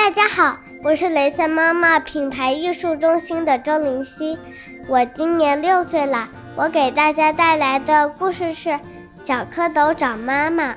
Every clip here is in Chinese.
大家好，我是雷森妈妈品牌艺术中心的周灵溪，我今年6岁了。我给大家带来的故事是小蝌蚪找妈妈。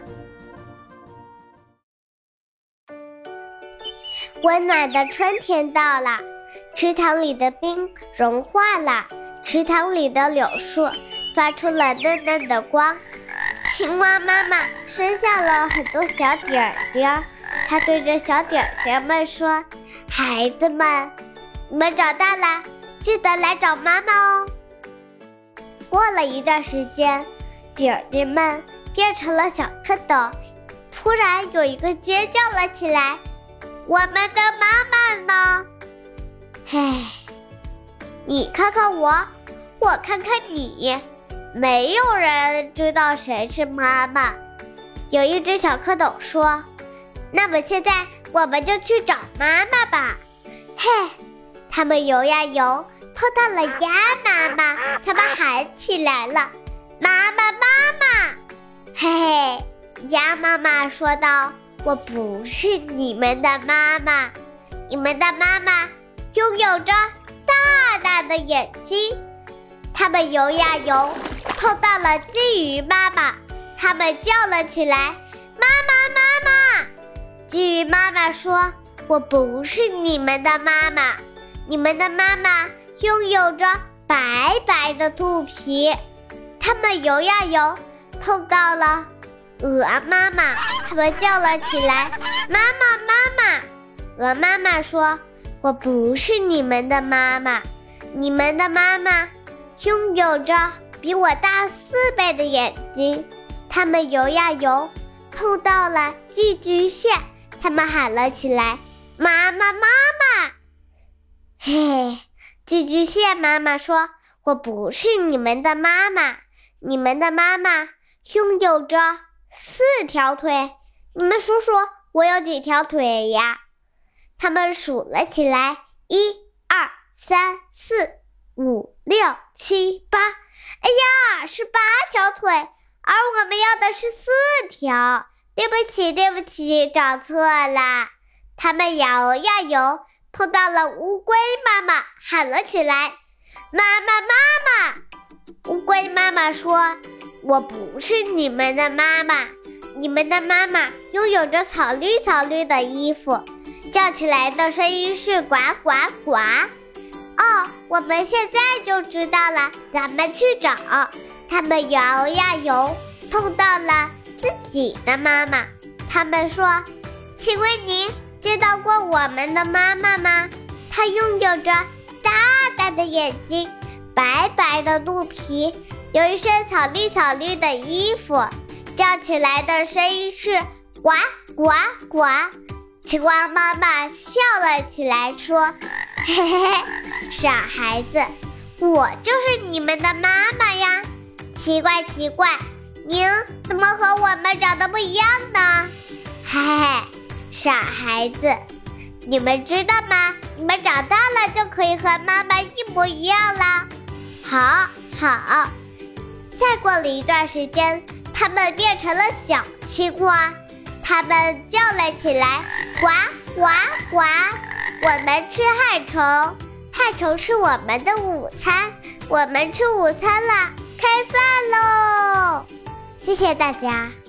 温暖的春天到了，池塘里的冰融化了，池塘里的柳树发出了嫩嫩的光。青蛙妈妈生下了很多小点儿点儿，她对着小点儿点儿们说：孩子们，你们长大了，记得来找妈妈哦。过了一段时间，点儿点儿们变成了小蝌蚪，突然有一个尖叫了起来：我们的妈妈呢？唉，你看看我，我看看你，没有人知道谁是妈妈。有一只小蝌蚪说：那么现在我们就去找妈妈吧。嘿，他们游呀游，碰到了鸭妈妈，他们喊起来了：妈妈妈妈！嘿嘿，鸭妈妈说道：我不是你们的妈妈，你们的妈妈拥有着大大的眼睛。他们游呀游，碰到了金鱼妈妈，他们叫了起来：妈妈妈妈！金鱼妈妈说：我不是你们的妈妈，你们的妈妈拥有着白白的肚皮。他们游呀游，碰到了鹅妈妈，他们叫了起来：妈妈妈妈！鹅妈妈说：我不是你们的妈妈，你们的妈妈拥有着比我大4倍的眼睛。他们游呀游，碰到了寄居蟹，他们喊了起来：妈妈妈妈！嘿，寄居蟹妈妈说：我不是你们的妈妈，你们的妈妈拥有着4条腿。你们数数，我有几条腿呀？他们数了起来：1、2、3、4、5、6、7、8。哎呀，是8条腿，而我们要的是4条。对不起，对不起，找错了。他们游呀游，碰到了乌龟妈妈，喊了起来：妈妈妈妈！乌龟妈妈说：我不是你们的妈妈，你们的妈妈拥有着草绿草绿的衣服，叫起来的声音是呱呱呱。哦，我们现在就知道了，咱们去找。他们游呀游，碰到了自己的妈妈，他们说：请问您见到过我们的妈妈吗？她拥有着大大的眼睛，白白的肚皮，有一身草绿草绿的衣服，叫起来的声音是呱呱呱。青蛙妈妈笑了起来说：嘿嘿嘿，傻孩子，我就是你们的妈妈呀。奇怪奇怪，您怎么和我们长得不一样呢？嘿嘿，傻孩子，你们知道吗？你们长大了就可以和妈妈一模一样啦。好，好。再过了一段时间，它们变成了小青蛙，它们叫了起来：呱呱呱！我们吃害虫，害虫是我们的午餐，我们吃午餐了，开饭喽！谢谢大家。